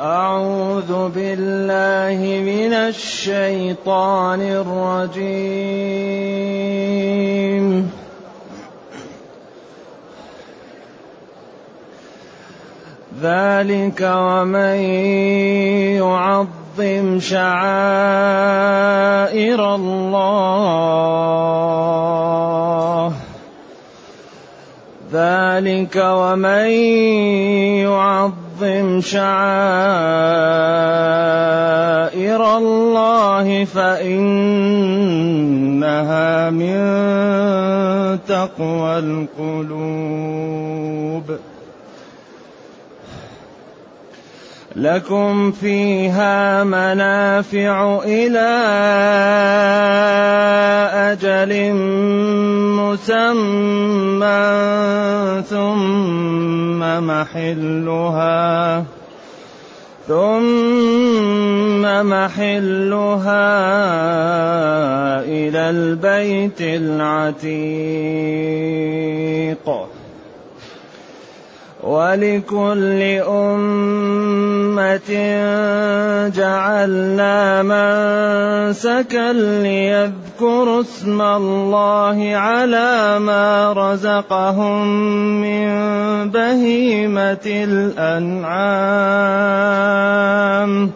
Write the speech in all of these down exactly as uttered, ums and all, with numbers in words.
أعوذ بالله من الشيطان الرجيم. ذلك ومن يعظم شعائر الله ذلك ومن يعظم شعائر الله فإنها من تقوى القلوب. لكم فيها منافع إلى أجل مسمى ثم محلها ثم محلها إلى البيت العتيق. ولكل أمة جعلنا منسكا ليذكروا اسم الله على ما رزقهم من بهيمة الأنعام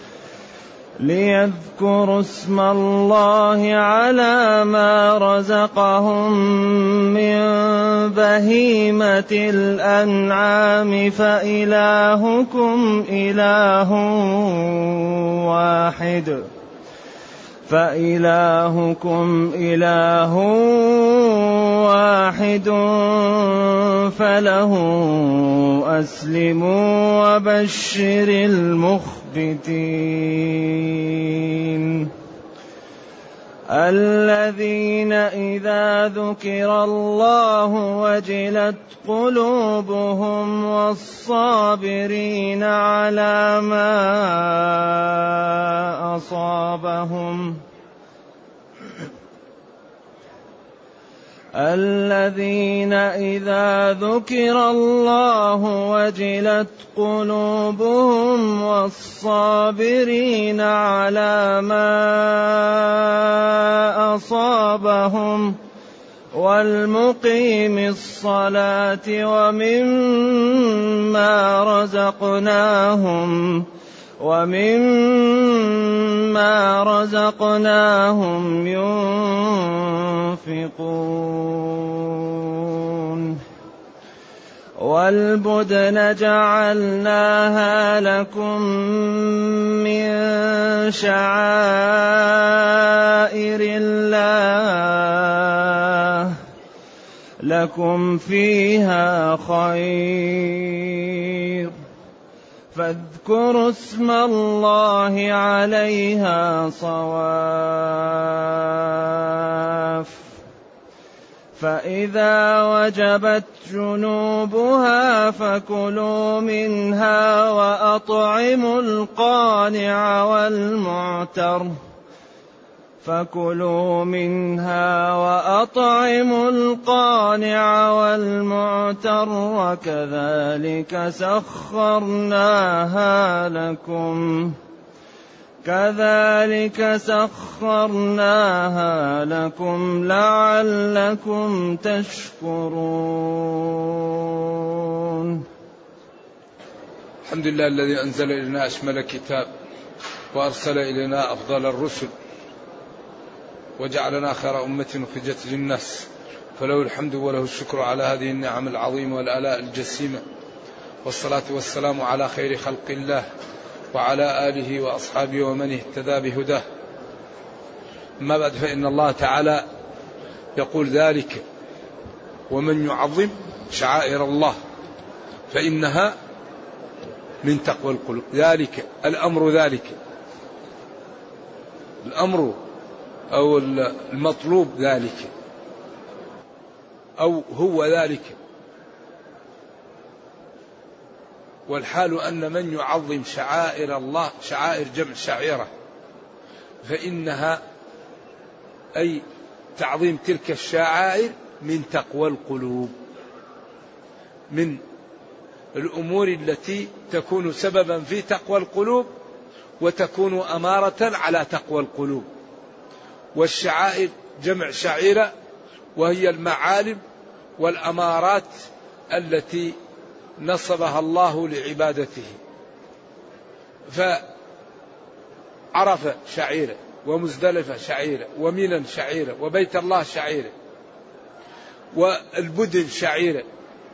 ليذكروا اسم الله على ما رزقهم من بهيمة الأنعام فإلهكم إله واحد فإلهكم إله واحد فله أسلموا وبشر المخبتين. الذين إذا ذكر الله وجلت قلوبهم والصابرين على ما أصابهم الذين إذا ذكر الله وجلت قلوبهم والصابرين على ما أصابهم والمقيم الصلاة ومما رزقناهم ومما رزقناهم ينفقون. والبدن جعلناها لكم من شعائر الله لكم فيها خير فاذكروا اسم الله عليها صواف. فإذا وجبت جنوبها فكلوا منها وأطعموا القانع والمعتر فكلوا منها وأطعموا القانع والمعتر وكذلك سخرناها لكم كذلك سخرناها لكم لعلكم تشكرون. الحمد لله الذي أنزل إلينا أشمل كتاب وأرسل إلينا أفضل الرسل وجعلنا خير أمة أخرجت للناس فله الحمد وله الشكر على هذه النعم العظيمة والآلاء الجسيمة. والصلاة والسلام على خير خلق الله وعلى آله وأصحابه ومن اهتدى بهداه. أما بعد فإن الله تعالى يقول ذلك ومن يعظم شعائر الله فإنها من تقوى القلوب. ذلك الأمر ذلك الأمر أو المطلوب ذلك أو هو ذلك. والحال أن من يعظم شعائر الله شعائر جمع شعيرة فإنها أي تعظيم تلك الشعائر من تقوى القلوب من الأمور التي تكون سببا في تقوى القلوب وتكون أمارة على تقوى القلوب. والشعائر جمع شعيرة، وهي المعالم والأمارات التي نصبها الله لعبادته. فعرفة شعيرة، ومزدلفة شعيرة، ومنى شعيرة، وبيت الله شعيرة، والبدن شعيرة،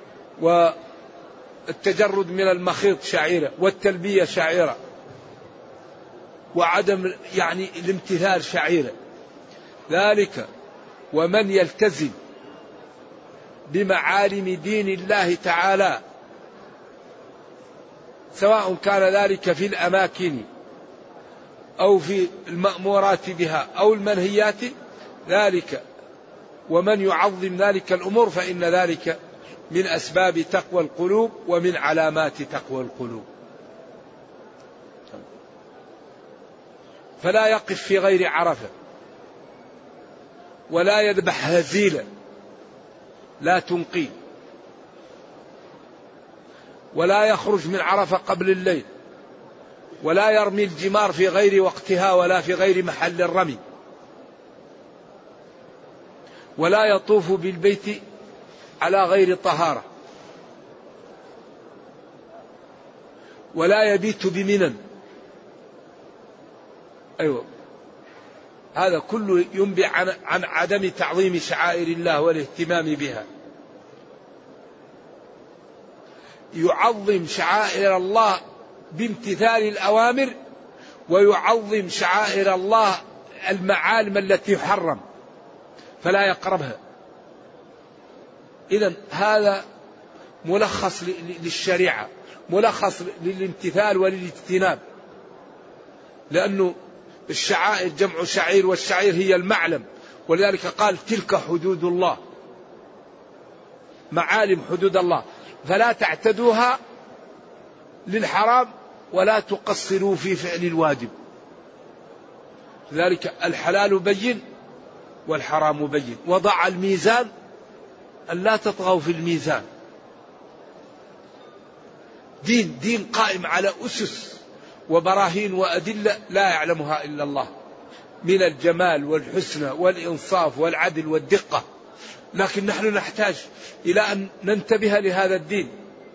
والتجرد من المخيط شعيرة، والتلبية شعيرة، وعدم يعني الامتثال شعيرة. ذلك ومن يلتزم بمعالم دين الله تعالى، سواء كان ذلك في الأماكن أو في المأمورات بها أو المنهيات، ذلك ومن يعظم ذلك الأمور فإن ذلك من أسباب تقوى القلوب ومن علامات تقوى القلوب. فلا يقف في غير عرفة، ولا يذبح هزيلا لا تنقي، ولا يخرج من عرفة قبل الليل، ولا يرمي الجمار في غير وقتها ولا في غير محل الرمي، ولا يطوف بالبيت على غير طهارة، ولا يبيت بمنى. أيوة، هذا كله ينبئ عن, عن عدم تعظيم شعائر الله والاهتمام بها. يعظم شعائر الله بامتثال الأوامر، ويعظم شعائر الله المعالم التي يحرم فلا يقربها. إذن هذا ملخص للشريعة، ملخص للامتثال وللاجتناب، لأنه الشعائر جمع شعير، والشعير هي المعلم، ولذلك قال تلك حدود الله، معالم حدود الله، فلا تعتدوها للحرام ولا تقصروا في فعل الواجب. لذلك الحلال بين والحرام بين، وضع الميزان أن لا تطغوا في الميزان. دين دين قائم على أسس وبراهين وأدلة لا يعلمها إلا الله، من الجمال والحسنى والإنصاف والعدل والدقة، لكن نحن نحتاج إلى أن ننتبه لهذا الدين.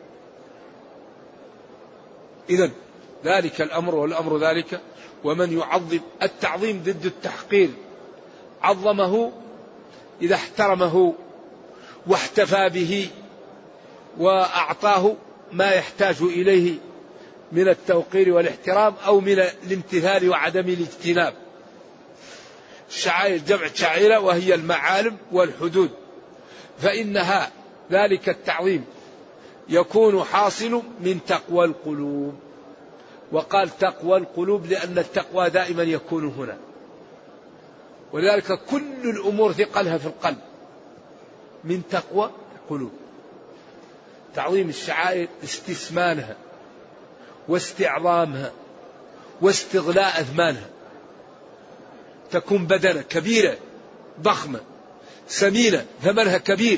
إذن ذلك الأمر والأمر ذلك. ومن يعظم، التعظيم ضد التحقير، عظمه إذا احترمه واحتفى به وأعطاه ما يحتاج إليه من التوقير والاحترام أو من الامتثال وعدم الاجتناب. الشعائر جمع شعيرة، وهي المعالم والحدود، فإنها ذلك التعظيم يكون حاصل من تقوى القلوب. وقال تقوى القلوب لأن التقوى دائما يكون هنا، ولذلك كل الأمور ثقلها في القلب من تقوى القلوب. تعظيم الشعائر استثمانها واستعظامها واستغلاء أثمانها، تكون بدنة كبيرة ضخمة سمينة ثمنها كبير.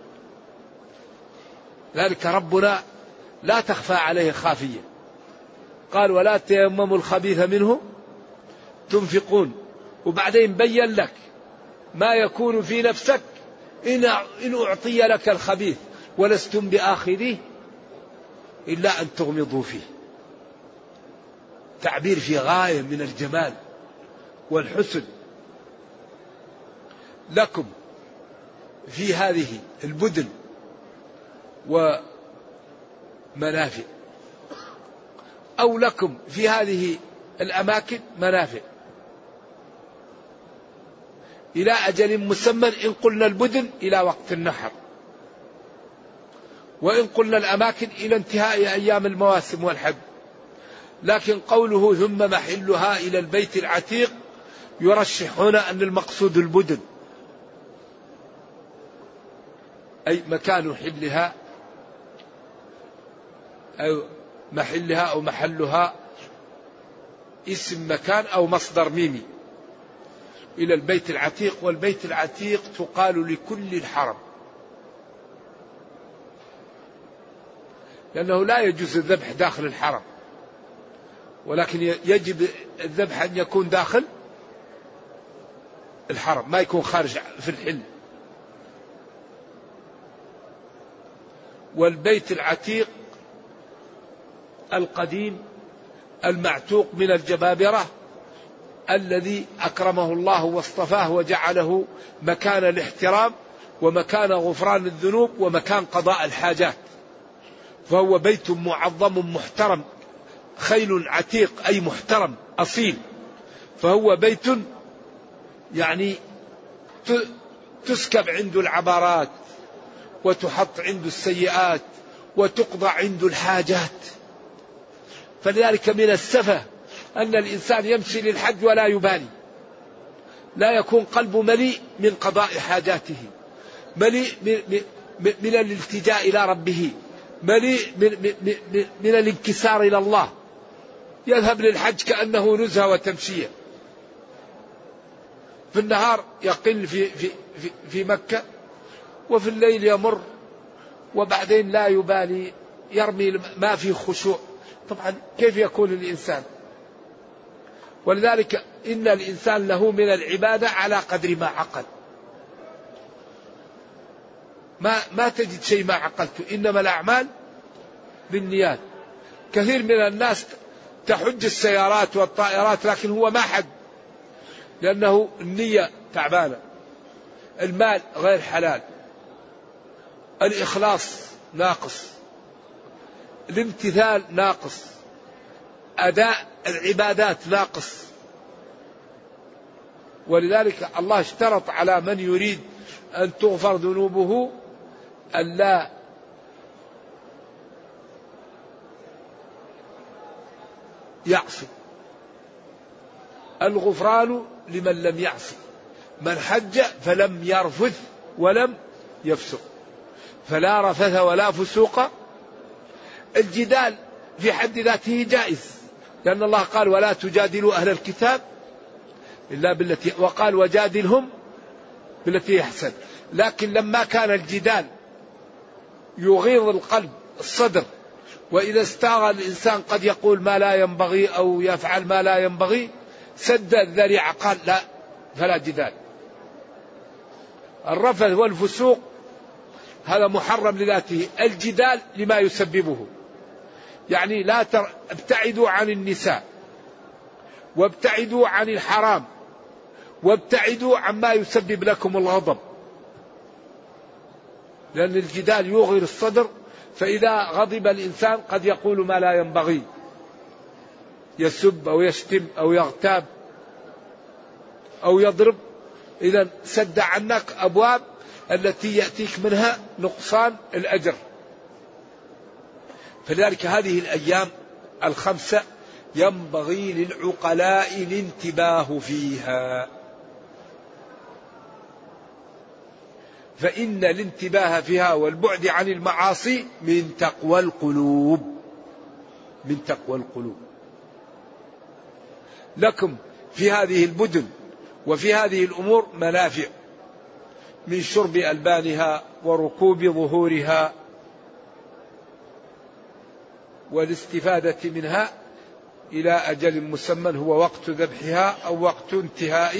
ذلك ربنا لا تخفى عليه خافية، قال ولا تيمموا الخبيث منه تنفقون، وبعدين بين لك ما يكون في نفسك إن أعطي لك الخبيث ولستم بآخذيه إلا أن تغمضوا فيه. تعبير في غاية من الجمال والحسن. لكم في هذه البدن ومنافع، أو لكم في هذه الأماكن منافع إلى أجل مسمى، إن قلنا البدن إلى وقت النحر، وإن قلنا الأماكن إلى انتهاء أيام المواسم والحج. لكن قوله ثم محلها إلى البيت العتيق يرشح هنا أن المقصود البدن، أي مكان حلها أو محلها أو محلها اسم مكان أو مصدر ميمي إلى البيت العتيق. والبيت العتيق تقال لكل الحرم، لأنه لا يجوز الذبح داخل الحرم، ولكن يجب الذبح أن يكون داخل الحرم، ما يكون خارج في الحل. والبيت العتيق القديم المعتوق من الجبابرة الذي أكرمه الله واصطفاه وجعله مكان الاحترام ومكان غفران الذنوب ومكان قضاء الحاجات، فهو بيت معظم محترم، خيل عتيق أي محترم أصيل، فهو بيت يعني تسكب عنده العبارات وتحط عنده السيئات وتقضى عنده الحاجات. فلذلك من السفة أن الإنسان يمشي للحج ولا يبالي، لا يكون قلبه مليء من قضاء حاجاته، مليء من الالتجاء إلى ربه، مليء من, من, من الانكسار إلى الله، يذهب للحج كأنه نزهة وتمشية. في النهار يقل في, في, في, في مكة، وفي الليل يمر، وبعدين لا يبالي، يرمي ما فيه خشوع. طبعا كيف يكون الإنسان؟ ولذلك إن الإنسان له من العبادة على قدر ما عقل. ما ما تجد شيء ما عقلته، إنما الأعمال بالنيات. كثير من الناس تحج السيارات والطائرات لكن هو ما حج، لأنه النية تعبانة، المال غير حلال، الإخلاص ناقص، الامتثال ناقص، أداء العبادات ناقص. ولذلك الله اشترط على من يريد أن تغفر ذنوبه ألا يعصي. الغفران لمن لم يعصي، من حج فلم يرفث ولم يفسق، فلا رفث ولا فسوق. الجدال في حد ذاته جائز، لأن الله قال ولا تجادلوا أهل الكتاب إلا بالتي، وقال وجادلهم بالتي أحسن. لكن لما كان الجدال يغيظ القلب الصدر، وإذا استاغ الإنسان قد يقول ما لا ينبغي أو يفعل ما لا ينبغي، سد الذريعة قال لا فلا جدال. الرفث والفسوق هذا محرم لذاته، الجدال لما يسببه. يعني لا تر... ابتعدوا عن النساء، وابتعدوا عن الحرام، وابتعدوا عما يسبب لكم الغضب، لأن الجدال يغير الصدر، فإذا غضب الإنسان قد يقول ما لا ينبغي، يسب أو يشتم أو يغتاب أو يضرب. إذا سد عنك أبواب التي يأتيك منها نقصان الأجر. فلذلك هذه الأيام الخمسة ينبغي للعقلاء الانتباه فيها، فإن الانتباه فيها والبعد عن المعاصي من تقوى القلوب، من تقوى القلوب. لكم في هذه البدن وفي هذه الأمور منافع، من شرب ألبانها وركوب ظهورها والاستفادة منها إلى أجل مسمى هو وقت ذبحها أو وقت انتهاء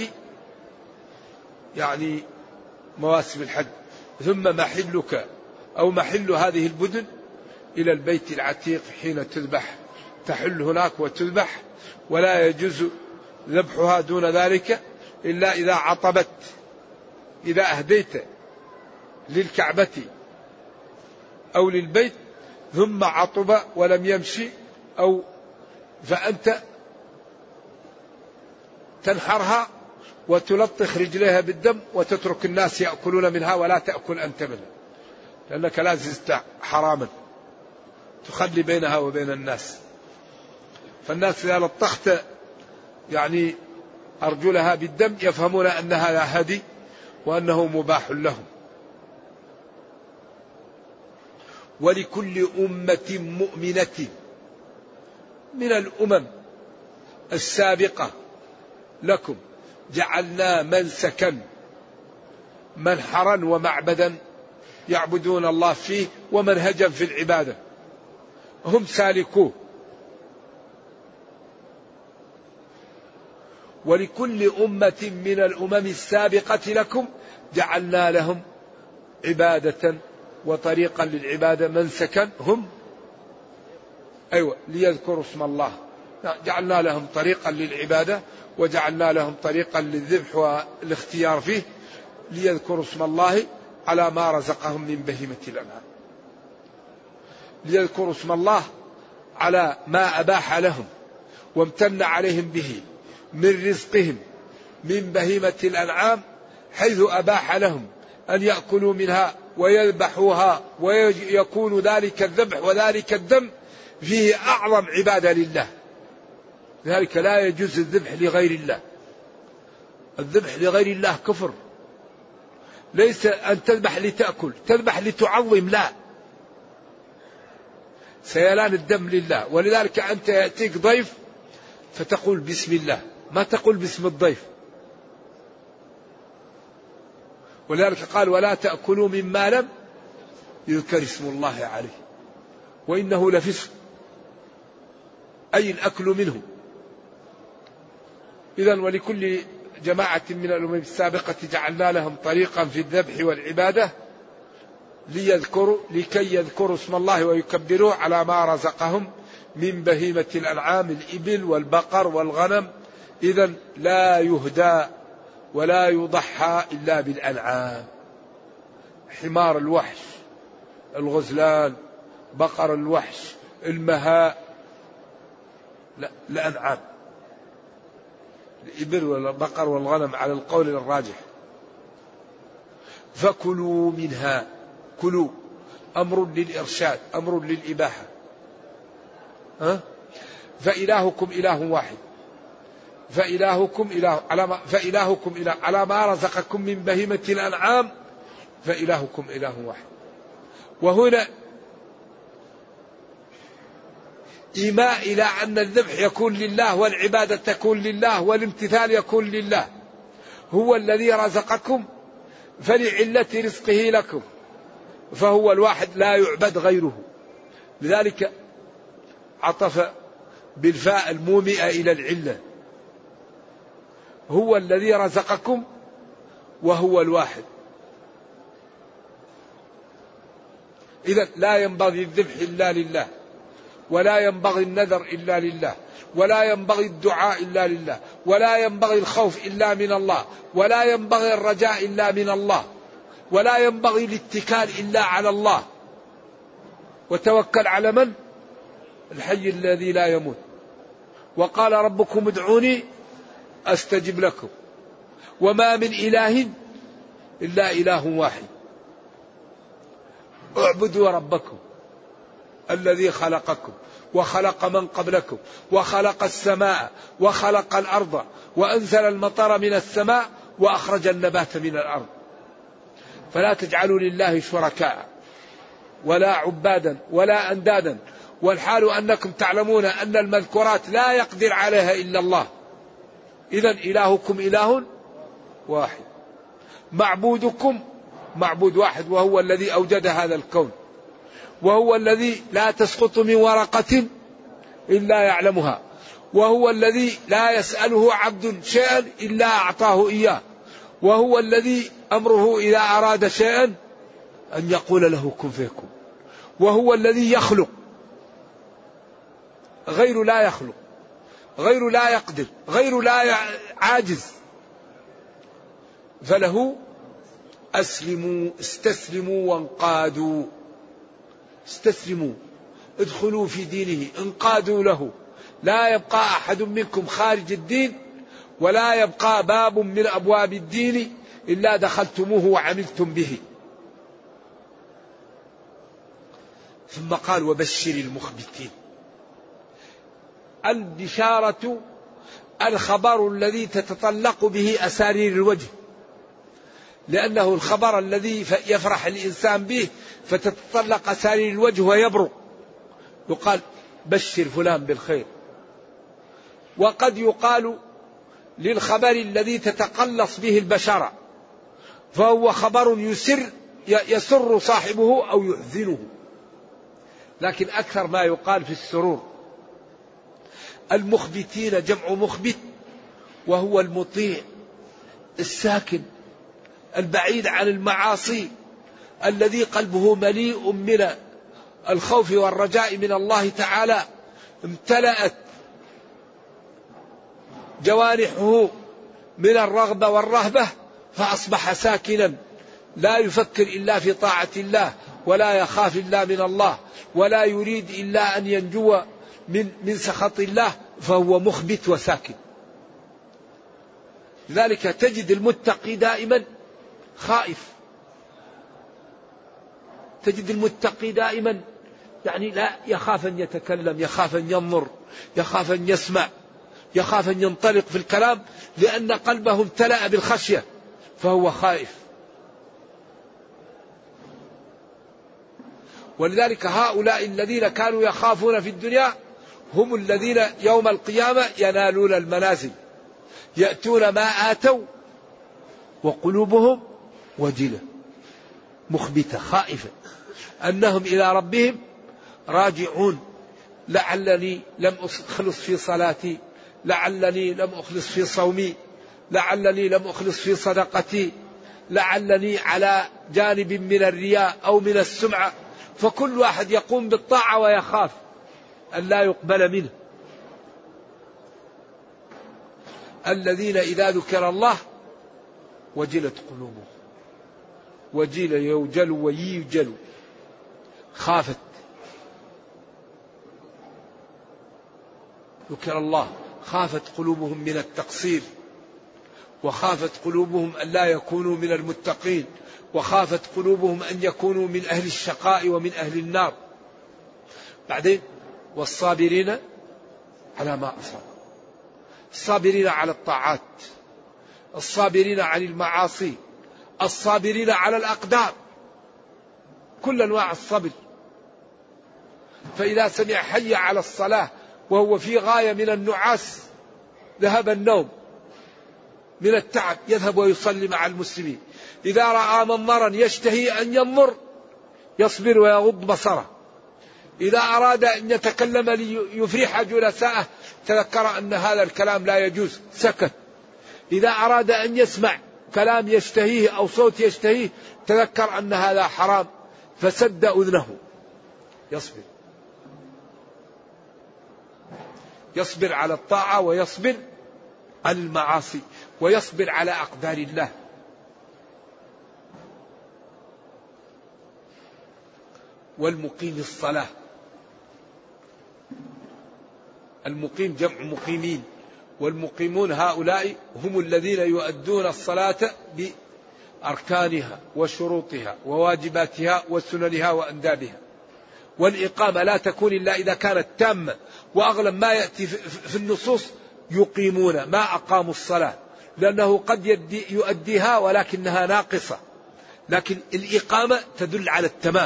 يعني مواسم الحج. ثم محلك أو محل هذه البدن إلى البيت العتيق حين تذبح، تحل هناك وتذبح، ولا يجوز ذبحها دون ذلك إلا إذا عطبت، إذا أهديت للكعبة أو للبيت ثم عطب ولم يمشي، أو فأنت تنحرها وتلطخ رجليها بالدم وتترك الناس يأكلون منها ولا تأكل أنت منها، لأنك لا زلت حراما تخلي بينها وبين الناس. فالناس إذا لطخت يعني أرجلها بالدم يفهمون أنها لا هدي وأنه مباح لهم. ولكل أمة مؤمنة من الأمم السابقة لكم جعلنا منسكا، منحرا ومعبدا يعبدون الله فيه ومنهجا في العبادة. هم سالكوه. ولكل أمة من الأمم السابقة لكم جعلنا لهم عبادة وطريقا للعبادة منسكا هم أيوة ليذكروا اسم الله. جعلنا لهم طريقا للعبادة وجعلنا لهم طريقا للذبح والاختيار فيه ليذكروا اسم الله على ما رزقهم من بهيمة الأنعام. ليذكروا اسم الله على ما أباح لهم وامتن عليهم به من رزقهم من بهيمة الأنعام، حيث أباح لهم أن يأكلوا منها ويذبحوها ويكون ذلك الذبح وذلك الدم فيه أعظم عبادة لله. لذلك لا يجوز الذبح لغير الله. الذبح لغير الله كفر. ليس أن تذبح لتأكل، تذبح لتعظم، لا، سيلان الدم لله. ولذلك أنت يأتيك ضيف فتقول بسم الله، ما تقول باسم الضيف. ولذلك قال ولا تأكلوا مما لم يذكر اسم الله عليه وإنه لفسق، أي الأكل منه. إذن ولكل جماعة من الأمم السابقة جعلنا لهم طريقا في الذبح والعبادة ليذكروا لكي يذكروا اسم الله ويكبروا على ما رزقهم من بهيمة الأنعام الإبل والبقر والغنم. إذن لا يهدى ولا يضحى إلا بالأنعام. حمار الوحش، الغزلان، بقر الوحش، المهاء، لا الأنعام، الإبل والبقر والغنم على القول الراجح. فكلوا منها، كلوا أمر للإرشاد، أمر للإباحة. ها؟ فإلهكم إله واحد، فإلهكم إله على ما فإلهكم إله على ما رزقكم من بهيمة الأنعام، فإلهكم إله واحد. وهنا إيماء إلى أن الذبح يكون لله والعبادة تكون لله والامتثال يكون لله. هو الذي رزقكم فلعلة رزقه لكم، فهو الواحد لا يعبد غيره. لذلك عطف بالفاء المومئة إلى العلة. هو الذي رزقكم وهو الواحد. إذا لا ينبغي الذبح إلا لله، ولا ينبغي النذر إلا لله، ولا ينبغي الدعاء إلا لله، ولا ينبغي الخوف إلا من الله، ولا ينبغي الرجاء إلا من الله، ولا ينبغي الاتكال إلا على الله. وتوكل على من؟ الحي الذي لا يموت. وقال ربكم ادعوني أستجب لكم. وما من إله إلا إله واحد. اعبدوا ربكم الذي خلقكم وخلق من قبلكم وخلق السماء وخلق الأرض وأنزل المطر من السماء وأخرج النبات من الأرض. فلا تجعلوا لله شركاء ولا عبادا ولا أندادا، والحال أنكم تعلمون أن المذكورات لا يقدر عليها إلا الله. إذن إلهكم إله واحد، معبودكم معبود واحد، وهو الذي أوجد هذا الكون، وهو الذي لا تسقط من ورقة إلا يعلمها، وهو الذي لا يسأله عبد شيئا إلا أعطاه إياه، وهو الذي أمره إذا أراد شيئا أن يقول له كن فيكون، وهو الذي يخلق، غير لا يخلق، غير لا يقدر، غير لا عاجز. فله أسلموا استسلموا وانقادوا. استسلموا، ادخلوا في دينه، انقادوا له. لا يبقى أحد منكم خارج الدين، ولا يبقى باب من أبواب الدين إلا دخلتموه وعملتم به. ثم قال وبشر المخبتين. البشارة الخبر الذي تتطلق به أسارير الوجه، لأنه الخبر الذي يفرح الإنسان به فتتطلق أسارير الوجه ويبرق. يقال بشر فلان بالخير. وقد يقال للخبر الذي تتقلص به البشرة، فهو خبر يسر يسر صاحبه أو يحزنه. لكن أكثر ما يقال في السرور. المخبتين جمع مخبت، وهو المطيع الساكن البعيد عن المعاصي، الذي قلبه مليء من الخوف والرجاء من الله تعالى، امتلأت جوارحه من الرغبة والرهبة، فأصبح ساكنا لا يفكر إلا في طاعة الله، ولا يخاف إلا من الله، ولا يريد إلا أن ينجو من من سخط الله، فهو مخبت وساكن. لذلك تجد المتقي دائما خائف، تجد المتقي دائما يعني لا يخاف أن يتكلم، يخاف أن ينظر، يخاف أن يسمع، يخاف أن ينطلق في الكلام، لأن قلبه امتلأ بالخشية فهو خائف. ولذلك هؤلاء الذين كانوا يخافون في الدنيا هم الذين يوم القيامة ينالون المنازل، يأتون ما آتوا وقلوبهم وجلة مخبتة خائفة أنهم إلى ربهم راجعون. لعلني لم أخلص في صلاتي، لعلني لم أخلص في صومي، لعلني لم أخلص في صدقتي، لعلني على جانب من الرياء أو من السمعة. فكل واحد يقوم بالطاعة ويخاف أن لا يقبل منه. الذين إذا ذكر الله وجلت قلوبهم، وجل يوجل ويوجل، خافت. ذكر الله خافت قلوبهم من التقصير، وخافت قلوبهم أن لا يكونوا من المتقين، وخافت قلوبهم أن يكونوا من أهل الشقاء ومن أهل النار. بعدين والصابرين على ما أصاب، الصابرين على الطاعات، الصابرين عن المعاصي، الصابرين على الأقدار، كل أنواع الصبر. فإذا سمع حي على الصلاة وهو في غاية من النعاس ذهب النوم من التعب، يذهب ويصلي مع المسلمين. إذا رأى منظرا يشتهي أن ينظر يصبر ويغض بصره. إذا أراد أن يتكلم ليفرح جلساءه تذكر أن هذا الكلام لا يجوز سكت. إذا أراد أن يسمع كلام يشتهيه أو صوت يشتهيه تذكر أن هذا حرام فسد أذنه. يصبر، يصبر على الطاعة، ويصبر عن المعاصي، ويصبر على أقدار الله. والمقيم الصلاة، المقيم جمع مقيمين، والمقيمون هؤلاء هم الذين يؤدون الصلاة بأركانها وشروطها وواجباتها وسننها وأندابها. والإقامة لا تكون إلا إذا كانت تامة، وأغلب ما يأتي في النصوص يقيمون ما أقاموا الصلاة، لأنه قد يؤديها ولكنها ناقصة، لكن الإقامة تدل على التمام.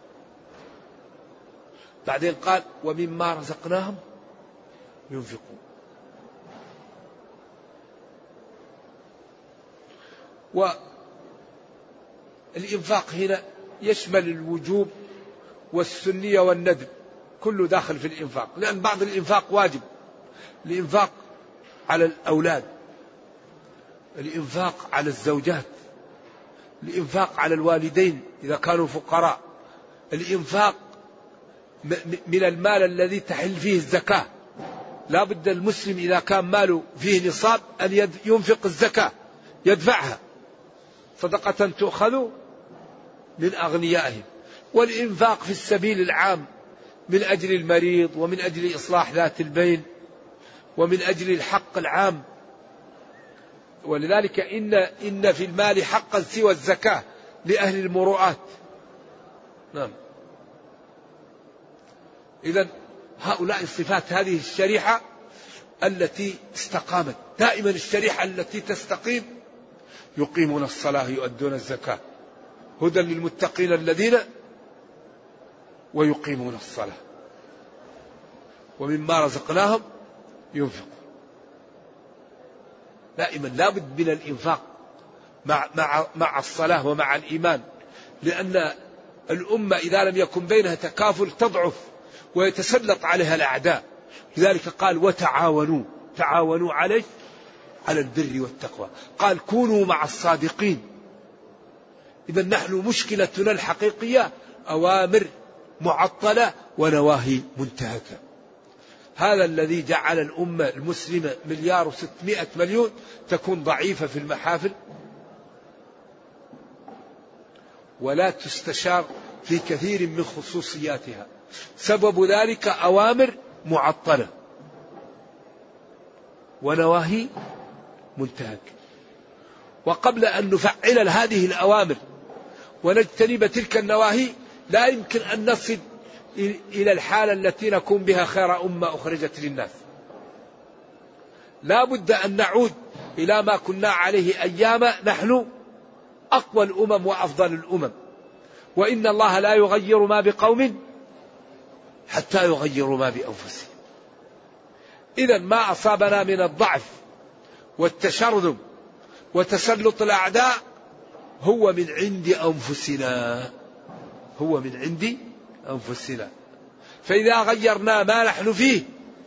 بعدين قال ومما رزقناهم ينفقون. والإنفاق هنا يشمل الوجوب والسنية والندب، كله داخل في الإنفاق، لأن بعض الإنفاق واجب، الإنفاق على الأولاد، الإنفاق على الزوجات، الإنفاق على الوالدين إذا كانوا فقراء، الإنفاق من المال الذي تحل فيه الزكاة. لا بد المسلم إذا كان ماله فيه نصاب أن ينفق الزكاة، يدفعها صدقة تؤخذ من أغنيائهم. والإنفاق في السبيل العام من أجل المريض، ومن أجل إصلاح ذات البين، ومن أجل الحق العام. ولذلك إن إن في المال حقا سوى الزكاة لأهل المروءات. نعم. إذن هؤلاء الصفات، هذه الشريحة التي استقامت. دائما الشريحة التي تستقيم يقيمون الصلاة يؤدون الزكاة، هدى للمتقين الذين ويقيمون الصلاة ومما رزقناهم ينفقون. دائما لابد من الإنفاق مع مع مع الصلاة ومع الإيمان، لأن الأمة إذا لم يكن بينها تكافل تضعف ويتسلط عليها الأعداء. لذلك قال وتعاونوا، تعاونوا عليه على البر والتقوى. قال كونوا مع الصادقين. إذا نحن مشكلتنا الحقيقية أوامر معطلة ونواهي منتهكة. هذا الذي جعل الأمة المسلمة مليار وستمائة مليون تكون ضعيفة في المحافل ولا تستشار في كثير من خصوصياتها. سبب ذلك أوامر معطلة ونواهي منتهكة. وقبل أن نفعل هذه الأوامر ونجتنب تلك النواهي لا يمكن أن نصل إلى الحالة التي نكون بها خير أمة أخرجت للناس. لا بد أن نعود إلى ما كنا عليه أيام نحن أقوى الأمم وأفضل الأمم. وإن الله لا يغير ما بقوم حتى يغيروا ما بأنفسهم. إذا ما أصابنا من الضعف والتشرذم وتسلط الأعداء هو من عند أنفسنا، هو من عند أنفسنا. فإذا غيرنا ما نحن فيه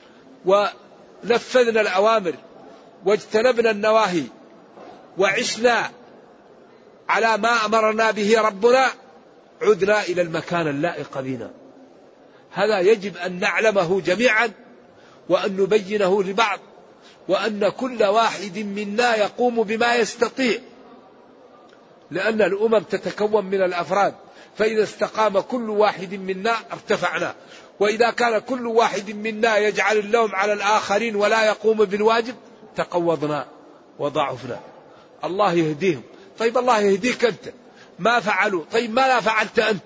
ونفذنا الأوامر واجتنبنا النواهي وعشنا على ما أمرنا به ربنا عدنا إلى المكان اللائق بنا. هذا يجب أن نعلمه جميعا وأن نبينه لبعض، وأن كل واحد منا يقوم بما يستطيع، لأن الأمم تتكون من الأفراد، فإذا استقام كل واحد منا ارتفعنا. وإذا كان كل واحد منا يجعل اللوم على الآخرين ولا يقوم بالواجب تقوضنا وضعفنا. الله يهديهم. طيب الله يهديك أنت، ما فعلوا، طيب ما لا فعلت أنت؟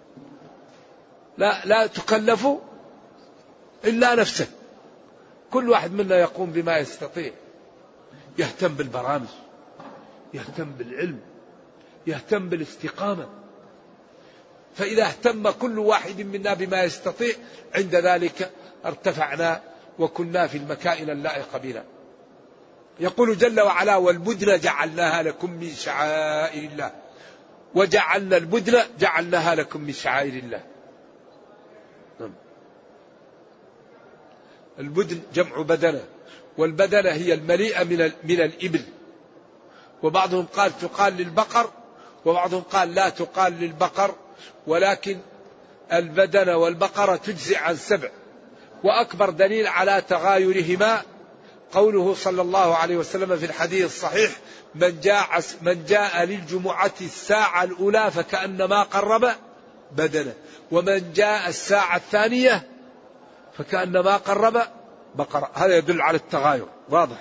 لا لا تكلف إلا نفسك. كل واحد منا يقوم بما يستطيع، يهتم بالبرامج، يهتم بالعلم، يهتم بالاستقامة. فإذا اهتم كل واحد منا بما يستطيع عند ذلك ارتفعنا وكنا في المكائن اللائقة بنا. يقول جل وعلا والبدن جعلناها لكم من شعائر الله. وجعلنا البدن جعلناها لكم من شعائر الله. البدن جمع بدنة، والبدنة هي المليئة من من الإبل. وبعضهم قال تقال للبقر، وبعضهم قال لا تقال للبقر، ولكن البدنة والبقرة تجزي عن سبع. وأكبر دليل على تغايرهما قوله صلى الله عليه وسلم في الحديث الصحيح من جاء, من جاء للجمعة الساعة الأولى فكأنما قرب بدنة، ومن جاء الساعة الثانية فكأنما قرب بقرة. هذا يدل على التغاير واضح.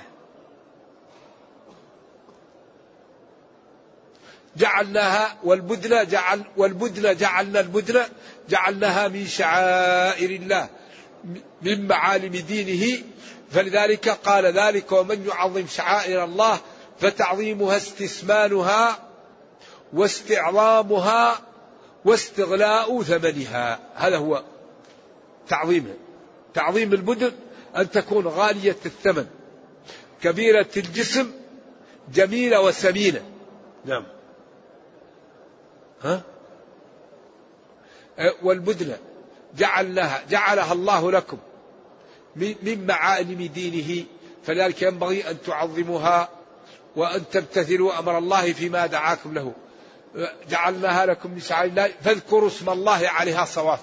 جعلناها والبدن جعل والبدن جعلنا البدن جعلناها من شعائر الله من معالم دينه. فلذلك قال ذلك ومن يعظم شعائر الله فتعظيمها استثمانها واستعظامها واستغلاء ثمنها. هذا هو تعظيمها. تعظيم البدن أن تكون غالية الثمن كبيرة الجسم جميلة وسمينة. نعم. ها؟ والبدن جعلناها جعلها الله لكم من معالم دينه، فلذلك ينبغي أن تعظموها وأن تمتثلوا أمر الله فيما دعاكم له. جعلناها لكم من شعائر الله فاذكروا اسم الله عليها صواف.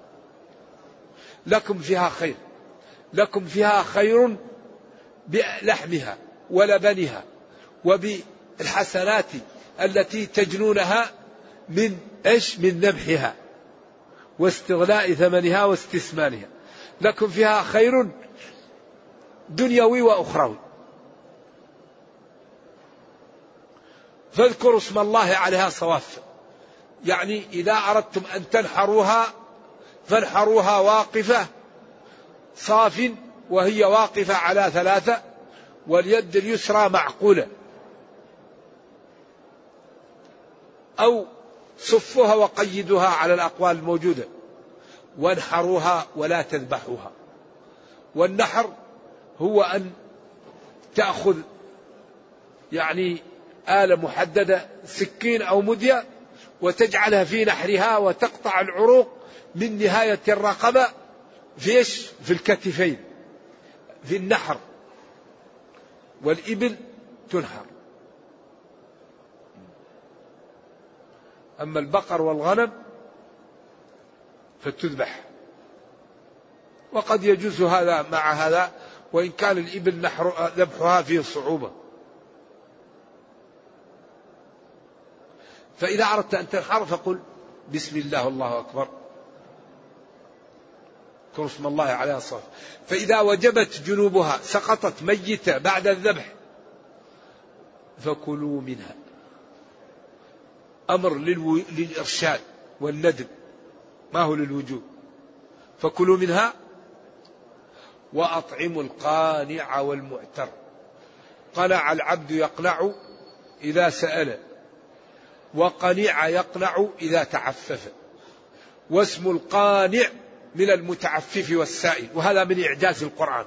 لكم فيها خير، لكم فيها خير بلحمها ولبنها وبالحسنات التي تجنونها من ايش؟ من ذبحها واستغلاء ثمنها واستثمانها. لكم فيها خير دنيوي وأخروي. فاذكروا اسم الله عليها صواف، يعني إذا أردتم أن تنحروها فانحروها واقفة صاف، وهي واقفة على ثلاثة، واليد اليسرى معقولة، أو صفوها وقيدوها على الأقوال الموجودة، وانحروها ولا تذبحوها. والنحر هو أن تأخذ يعني آلة محددة سكين أو مدية وتجعلها في نحرها وتقطع العروق من نهاية الرقبة في إيش؟ في الكتفين في النحر. والإبل تنحر. أما البقر والغنم فتذبح. وقد يجوز هذا مع هذا، وإن كان الإبل نحر ذبحها فيه صعوبة. فإذا أردت أن تنحر فقل بسم الله والله أكبر، اذكر اسم الله عليها الصلاة. فإذا وجبت جنوبها سقطت ميتة بعد الذبح فكلوا منها. أمر للو... للإرشاد والندب، ما هو للوجوب. فكلوا منها وأطعموا القانع والمعتر. قنع العبد يقنع إذا سأل، وقنع يقنع إذا تعفف. واسم القانع من المتعفف والسائل، وهذا من إعجاز القرآن.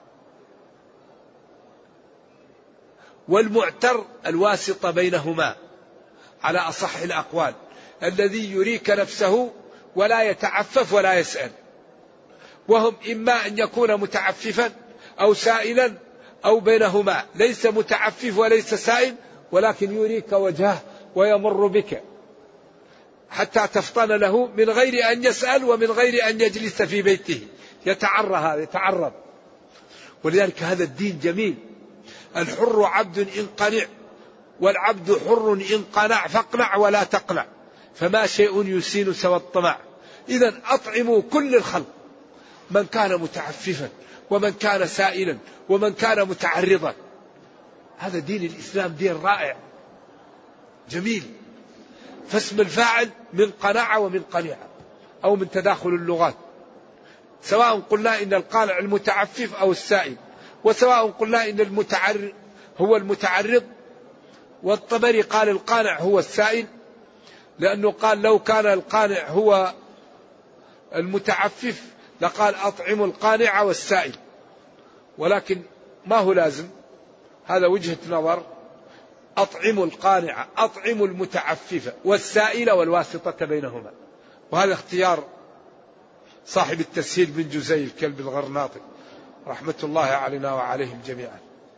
والمعتر الواسطة بينهما على أصح الأقوال، الذي يريك نفسه ولا يتعفف ولا يسأل. وهم إما أن يكون متعففا أو سائلا أو بينهما، ليس متعفف وليس سائل، ولكن يريك وجهه ويمر بك حتى تفطن له من غير أن يسأل ومن غير أن يجلس في بيته، يتعرى هذا يتعرض. ولذلك هذا الدين جميل. الحر عبد إن قنع، والعبد حر إن قنع، فاقنع ولا تقنع، فما شيء يسين سوى الطمع. إذا أطعموا كل الخلق، من كان متعففا ومن كان سائلا ومن كان متعرضا. هذا دين الإسلام دين رائع جميل. فاسم الفاعل من قناعة ومن قنيعة، أو من تداخل اللغات، سواء قلنا إن القانع المتعفف أو السائل، وسواء قلنا إن المتعرض هو المتعرض. والطبري قال القانع هو السائل، لأنه قال لو كان القانع هو المتعفف لقال أطعموا القانع والسائل، ولكن ما هو لازم، هذا وجهة نظر. أطعموا القانع، أطعموا المتعفف والسائل والواسطة بينهما. وهذا اختيار صاحب التسهيل بن جزي الكلب الغرناطي رحمة الله علينا وعليهم جميعا.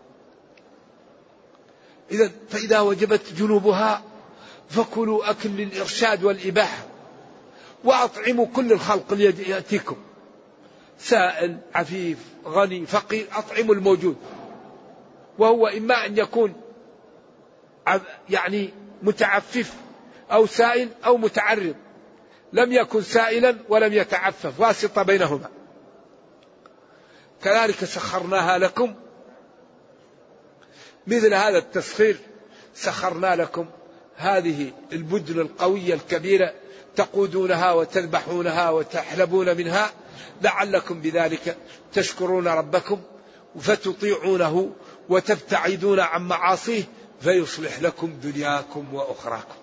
إذا فإذا وجبت جنوبها فكلوا أكل للإرشاد والإباحة، وأطعموا كل الخلق اللي يأتيكم، سائل عفيف غني فقير، أطعموا الموجود. وهو إما أن يكون يعني متعفف أو سائل أو متعرض، لم يكن سائلا ولم يتعفف، واسطة بينهما. كذلك سخرناها لكم، مثل هذا التسخير سخرنا لكم هذه البدن القوية الكبيرة تقودونها وتذبحونها وتحلبون منها، لعلكم بذلك تشكرون ربكم فتطيعونه وتبتعدون عن معاصيه فيصلح لكم دنياكم وأخراكم.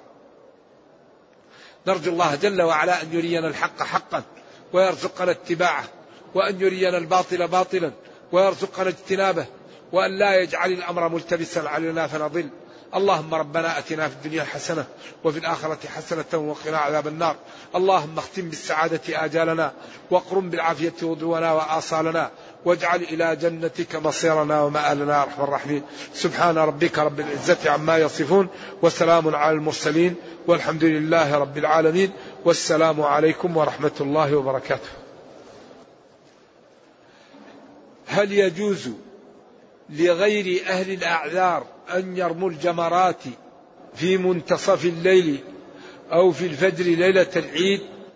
نرجو الله جل وعلا أن يرينا الحق حقا ويرزقنا اتباعه، وأن يرينا الباطل باطلا ويرزقنا اجتنابه، وأن لا يجعل الأمر ملتبسا علينا فنضل. اللهم ربنا أتنا في الدنيا حسنة وفي الآخرة حسنة وقنا عذاب النار. اللهم اختم بالسعادة آجالنا، واقرم بالعافية غدونا وآصالنا، واجعل إلى جنتك مصيرنا ومآلنا يا أرحم الراحمين. سبحان ربك رب العزة عما يصفون، وسلام على المرسلين، والحمد لله رب العالمين، والسلام عليكم ورحمة الله وبركاته. هل يجوز لغير أهل الأعذار أن يرموا الجمرات في منتصف الليل أو في الفجر ليلة العيد؟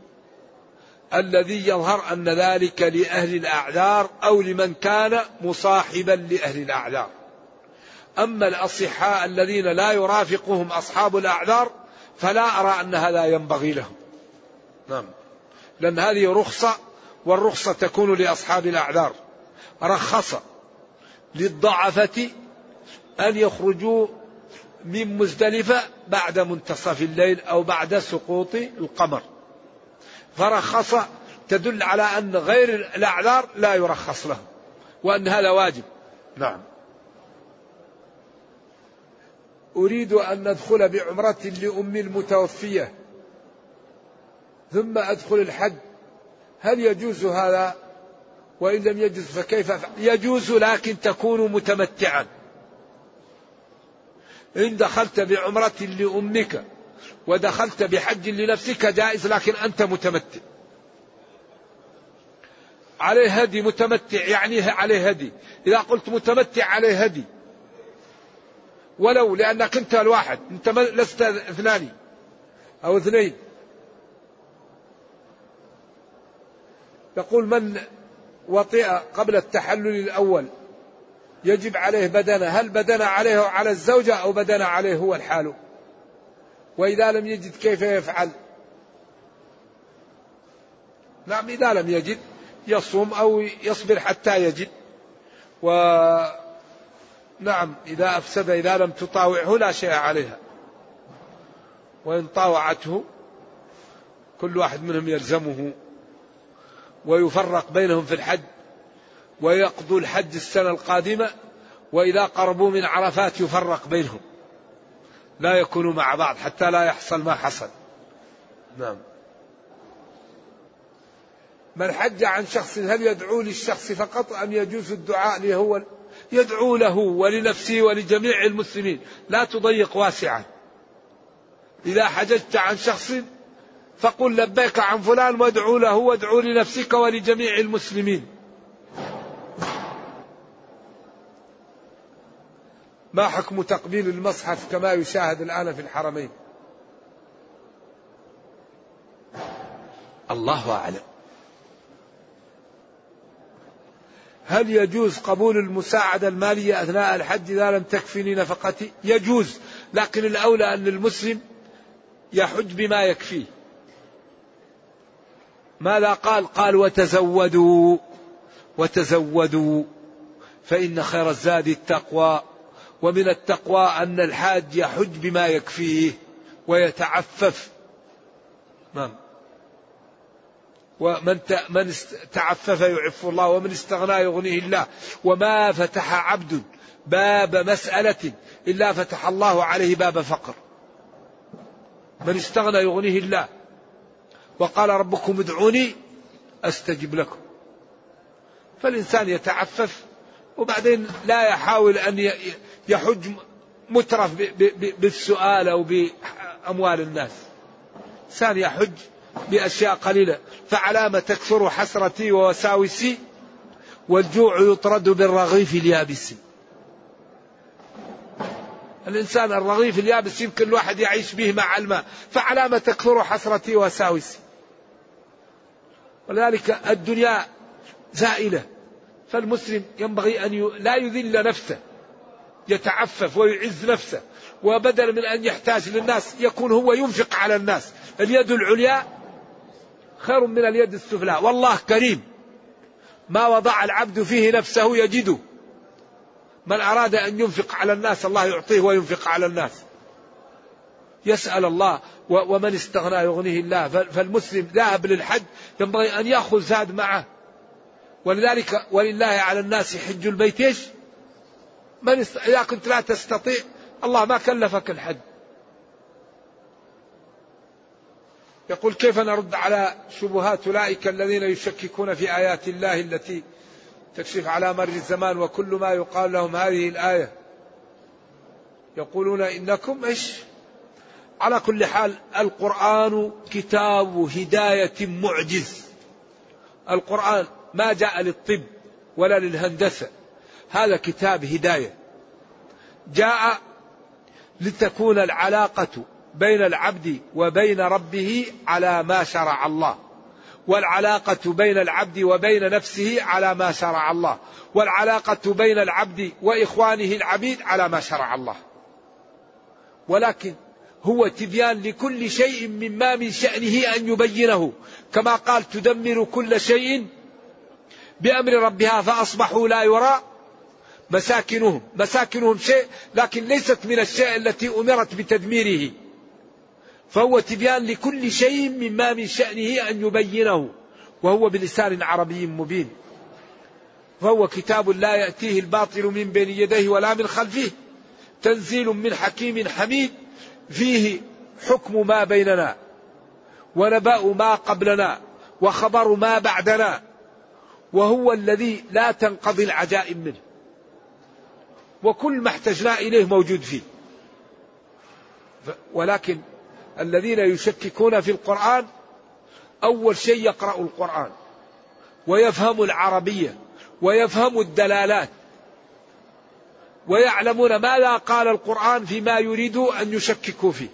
الذي يظهر أن ذلك لأهل الأعذار أو لمن كان مصاحبا لأهل الأعذار. أما الأصحاء الذين لا يرافقهم أصحاب الأعذار فلا أرى أن هذا ينبغي لهم. نعم، لأن هذه رخصة، والرخصة تكون لأصحاب الأعذار. رخص للضعفة أن يخرجوا من مزدلفة بعد منتصف الليل أو بعد سقوط القمر، فرخص تدل على أن غير الأعذار لا يرخص لهم، وأن هذا واجب. نعم. أريد أن ندخل بعمرة لأم المتوفية ثم أدخل الحج، هل يجوز هذا؟ وإن لم يجوز فكيف أفعل؟ يجوز لكن تكون متمتعا. إن دخلت بعمرة لأمك ودخلت بحج لنفسك جائز، لكن أنت متمتع. عليه هدي متمتع، يعني عليه هدي. إذا قلت متمتع عليه هدي، ولو لأنك أنت الواحد، أنت لست اثنان أو اثنين. يقول من وطئ قبل التحلل الأول يجب عليه بدنه، هل بدنه عليه على الزوجة أو بدنه عليه هو الحال؟ وإذا لم يجد كيف يفعل؟ نعم، إذا لم يجد يصوم أو يصبر حتى يجد. ونعم إذا أفسد، إذا لم تطاوعه لا شيء عليها، وإن طاوعته كل واحد منهم يلزمه، ويفرق بينهم في الحج، ويقضوا الحج السنة القادمة، وإذا قربوا من عرفات يفرق بينهم، لا يكونوا مع بعض حتى لا يحصل ما حصل. نعم. من حج عن شخص هل يدعو للشخص فقط أم يجوز الدعاء له هو؟ يدعو له ولنفسه ولجميع المسلمين، لا تضيق واسعا. إذا حججت عن شخص فقل لبيك عن فلان وادعو له وادعو لنفسك ولجميع المسلمين. ما حكم تقبيل المصحف كما يشاهد الآن في الحرمين؟ الله أعلم. هل يجوز قبول المساعدة المالية أثناء الحج إذا لم تكفني نفقتي؟ يجوز، لكن الأولى أن المسلم يحج بما يكفيه. ماذا قال؟ قال وتزودوا وتزودوا فإن خير الزاد التقوى. ومن التقوى أن الحاج يحج بما يكفيه ويتعفف. نعم. ومن من تعفف يعف الله، ومن استغنى يغنيه الله. وما فتح عبد باب مسألة إلا فتح الله عليه باب فقر. من استغنى يغنيه الله. وقال ربكم ادعوني أستجب لكم. فالإنسان يتعفف، وبعدين لا يحاول أن يحج مترف بالسؤال أو بأموال الناس. إنسان يحج بأشياء قليلة. فعلام تكثر حسرتي ووساوسي والجوع يطرد بالرغيف اليابس. الإنسان الرغيف اليابس يمكن الواحد يعيش به مع الماء، فعلام تكثر حسرتي ووساوسي. ولذلك الدنيا زائلة، فالمسلم ينبغي أن لا يذل نفسه، يتعفف ويعز نفسه، وبدل من أن يحتاج للناس يكون هو ينفق على الناس. اليد العليا خير من اليد السفلى، والله كريم ما وضع العبد فيه نفسه يجده. من أراد أن ينفق على الناس الله يعطيه وينفق على الناس. يسأل الله، ومن استغنى يغنيه الله. فالمسلم ذاهب للحج ينبغي أن يأخذ زاد معه. ولذلك ولله على الناس حج البيت ايش؟ من است... إذا كنت لا تستطيع الله ما كلفك الحج. يقول كيف نرد على شبهات أولئك الذين يشككون في آيات الله التي تكشف على مر الزمان، وكل ما يقال لهم هذه الآية يقولون إنكم إيش؟ على كل حال القرآن كتاب هداية معجز. القرآن ما جاء للطب ولا للهندسة، هذا كتاب هداية جاء لتكون العلاقة بين العبد وبين ربه على ما شرع الله، والعلاقة بين العبد وبين نفسه على ما شرع الله، والعلاقة بين العبد وإخوانه العبيد على ما شرع الله. ولكن هو تبيان لكل شيء مما من شأنه أن يبينه، كما قال تدمر كل شيء بأمر ربها فأصبحوا لا يرى مساكنهم. مساكنهم شيء لكن ليست من الشيء التي أمرت بتدميره. فهو تبيان لكل شيء مما من شأنه أن يبينه، وهو بلسان عربي مبين. فهو كتاب لا يأتيه الباطل من بين يديه ولا من خلفه، تنزيل من حكيم حميد، فيه حكم ما بيننا ونبأ ما قبلنا وخبر ما بعدنا، وهو الذي لا تنقضي العجائب منه، وكل ما احتجنا إليه موجود فيه. ولكن الذين يشككون في القرآن أول شيء يقرأوا القرآن ويفهموا العربية ويفهموا الدلالات ويعلمون ماذا قال القرآن فيما يريدوا أن يشككوا فيه.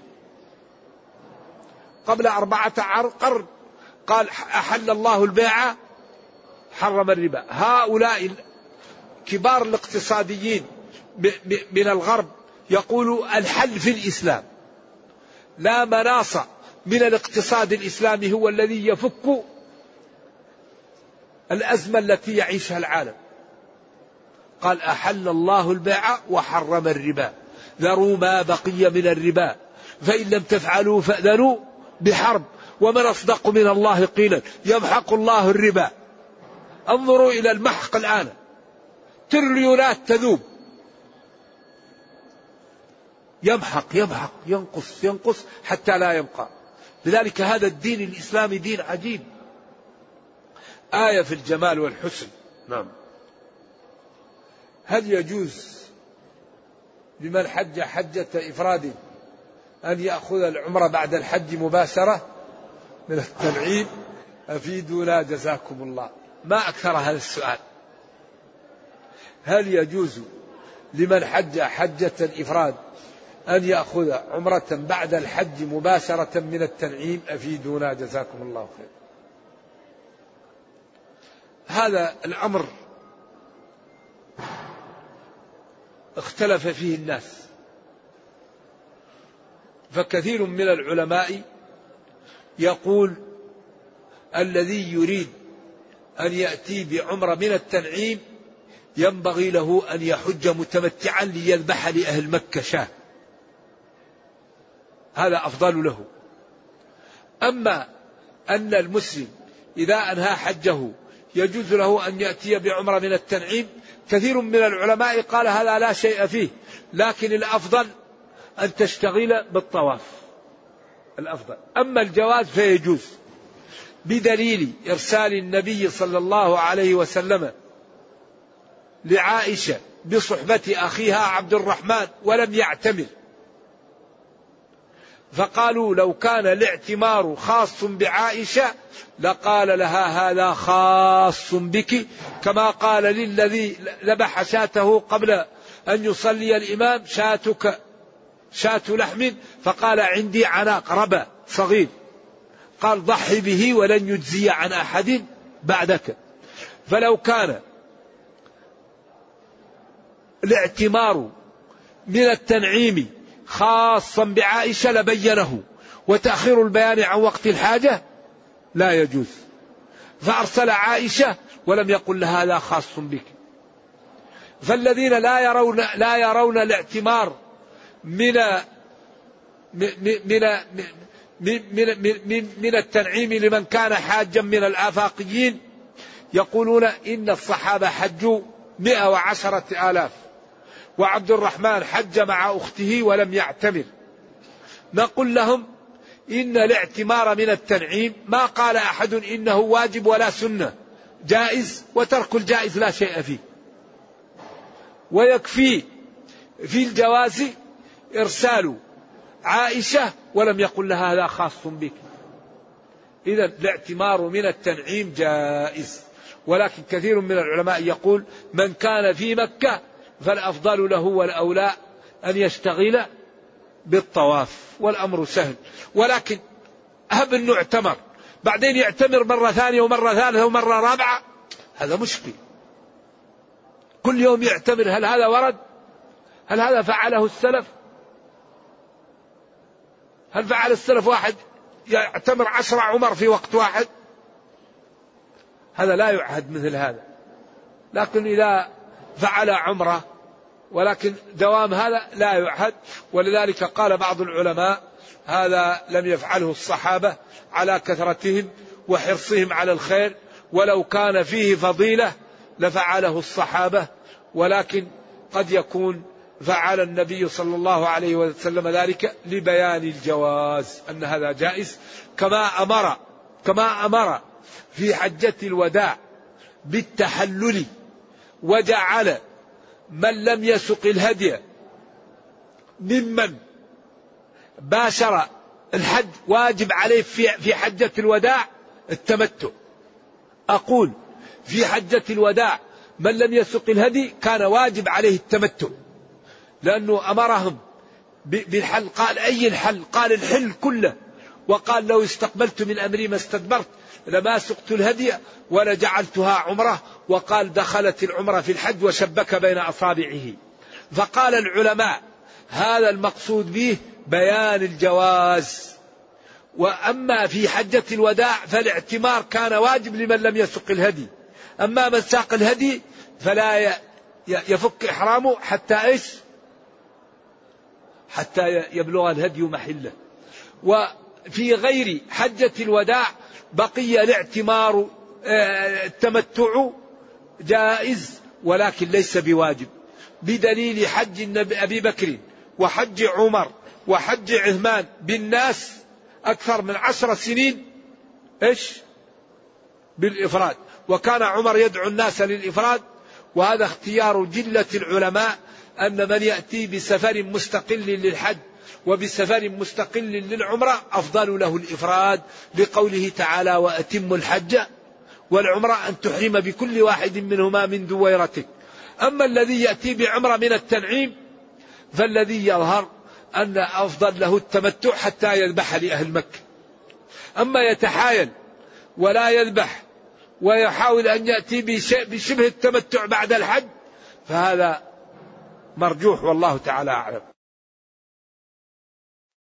قبل أربعة قرن قال أحل الله البيع حرم الربا. هؤلاء كبار الاقتصاديين من الغرب يقولوا الحل في الإسلام. لا مناص من الاقتصاد الإسلامي هو الذي يفك الأزمة التي يعيشها العالم. قال أحل الله البيع وحرم الربا، ذروا ما بقي من الربا فإن لم تفعلوا فأذنوا بحرب ومن أصدق من الله قيلا يمحق الله الربا. انظروا إلى المحق الآن، تريليونات تذوب، يمحق يمحق ينقص ينقص حتى لا يبقى. لذلك هذا الدين الإسلامي دين عجيب، آية في الجمال والحسن. نعم. هل يجوز لمن حج حجة إفراد أن يأخذ العمرة بعد الحج مباشرة من التنعيم؟ أفيدونا جزاكم الله. ما أكثر هذا السؤال. هل يجوز لمن حج حجة إفراد أن يأخذ عمرة بعد الحج مباشرة من التنعيم؟ أفيدونا جزاكم الله خير. هذا الأمر اختلف فيه الناس، فكثير من العلماء يقول الذي يريد أن يأتي بعمرة من التنعيم ينبغي له أن يحج متمتعا ليذبح لأهل مكة شاة، هذا أفضل له. أما أن المسلم إذا أنهى حجه يجوز له أن يأتي بعمرة من التنعيم، كثير من العلماء قال هذا لا شيء فيه، لكن الأفضل أن تشتغل بالطواف، الأفضل. أما الجواز فيجوز بدليل إرسال النبي صلى الله عليه وسلم لعائشة بصحبة أخيها عبد الرحمن ولم يعتمر، فقالوا لو كان الاعتمار خاص بعائشة لقال لها هذا خاص بك، كما قال للذي ذبح شاته قبل أن يصلي الإمام شاتك شاة لحم، فقال عندي عناق ربا صغير، قال ضحي به ولن يجزي عن أحد بعدك. فلو كان الاعتمار من التنعيم خاصا بعائشة لبينه، وتأخير البيان عن وقت الحاجة لا يجوز، فأرسل عائشة ولم يقل لها هذا خاص بك. فالذين لا يرون لا يرون الاعتمار من من من من من, من التنعيم لمن كان حاجا من الآفاقيين يقولون إن الصحابة حجوا مئة وعشرة آلاف، وعبد الرحمن حج مع أخته ولم يعتمر. نقول لهم إن الاعتمار من التنعيم ما قال أحد إنه واجب ولا سنة، جائز، وترك الجائز لا شيء فيه، ويكفي في الجواز إرسال عائشة ولم يقل لها هذا خاص بك. إذا الاعتمار من التنعيم جائز، ولكن كثير من العلماء يقول من كان في مكة فالأفضل له والأولى أن يشتغل بالطواف، والأمر سهل. ولكن هب أنه اعتمر بعدين يعتمر مرة ثانية ومرة ثالثة ومرة رابعة، هذا مشكل. كل يوم يعتمر، هل هذا ورد؟ هل هذا فعله السلف؟ هل فعل السلف واحد يعتمر عشر عمر في وقت واحد؟ هذا لا يعهد مثل هذا. لكن إذا فعل عمره ولكن دوام هذا لا يعهد. ولذلك قال بعض العلماء هذا لم يفعله الصحابة على كثرتهم وحرصهم على الخير، ولو كان فيه فضيلة لفعله الصحابة، ولكن قد يكون فعل النبي صلى الله عليه وسلم ذلك لبيان الجواز أن هذا جائز، كما أمر كما أمر في حجة الوداع بالتحلل، وجعل من لم يسق الهدي ممن باشر الحج واجب عليه في في حجة الوداع التمتع. أقول في حجة الوداع من لم يسق الهدي كان واجب عليه التمتع، لأنه أمرهم بالحل. قال أي الحل؟ قال الحل كله. وقال لو استقبلت من أمري ما استدبرت لما سقت الهدي ولجعلتها عمرة. وقال دخلت العمرة في الحج وشبك بين أصابعه. فقال العلماء هذا المقصود به بيان الجواز. وأما في حجة الوداع فالاعتمار كان واجب لمن لم يسق الهدي، أما من ساق الهدي فلا يفك إحرامه حتى إيش؟ حتى يبلغ الهدي محله. وفي غير حجة الوداع بقي الاعتمار التمتع جائز ولكن ليس بواجب، بدليل حج أبي بكر وحج عمر وحج عثمان بالناس أكثر من عشر سنين إيش؟ بالإفراد. وكان عمر يدعو الناس للإفراد، وهذا اختيار جلة العلماء أن من يأتي بسفر مستقل للحج وبسفر مستقل للعمرة أفضل له الإفراد، لقوله تعالى وأتم الحج والعمرة أن تحرم بكل واحد منهما من دويرتك. أما الذي يأتي بعمرة من التنعيم فالذي يظهر أن أفضل له التمتع حتى يذبح لأهل مكة. أما يتحايل ولا يذبح ويحاول أن يأتي بشبه التمتع بعد الحج فهذا مرجوح والله تعالى أعلم.